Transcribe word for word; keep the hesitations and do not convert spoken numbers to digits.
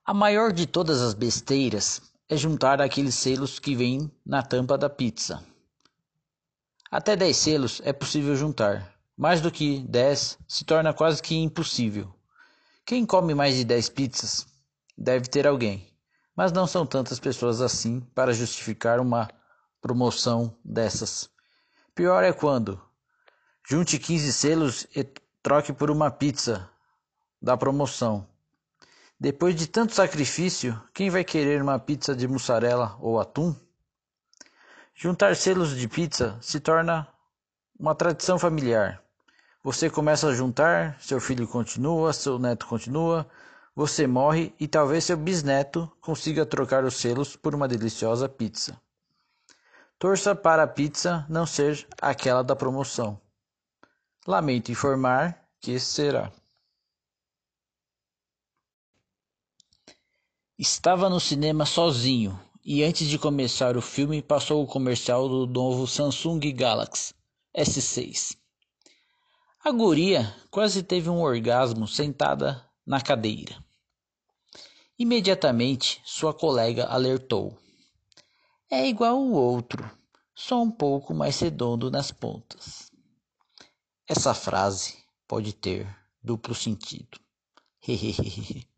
A maior de todas as besteiras é juntar aqueles selos que vêm na tampa da pizza. Até dez selos é possível juntar. Mais do que dez se torna quase que impossível. Quem come mais de dez pizzas deve ter alguém, mas não são tantas pessoas assim para justificar uma promoção dessas. Pior é quando junte quinze selos e troque por uma pizza da promoção. Depois de tanto sacrifício, quem vai querer uma pizza de mussarela ou atum? Juntar selos de pizza se torna uma tradição familiar. Você começa a juntar, seu filho continua, seu neto continua, você morre e talvez seu bisneto consiga trocar os selos por uma deliciosa pizza. Torça para a pizza não ser aquela da promoção. Lamento informar que será. Estava no cinema sozinho e antes de começar o filme passou o comercial do novo Samsung Galaxy S seis. A guria quase teve um orgasmo sentada na cadeira. Imediatamente sua colega alertou. É igual o outro, só um pouco mais redondo nas pontas. Essa frase pode ter duplo sentido. Hehehehe.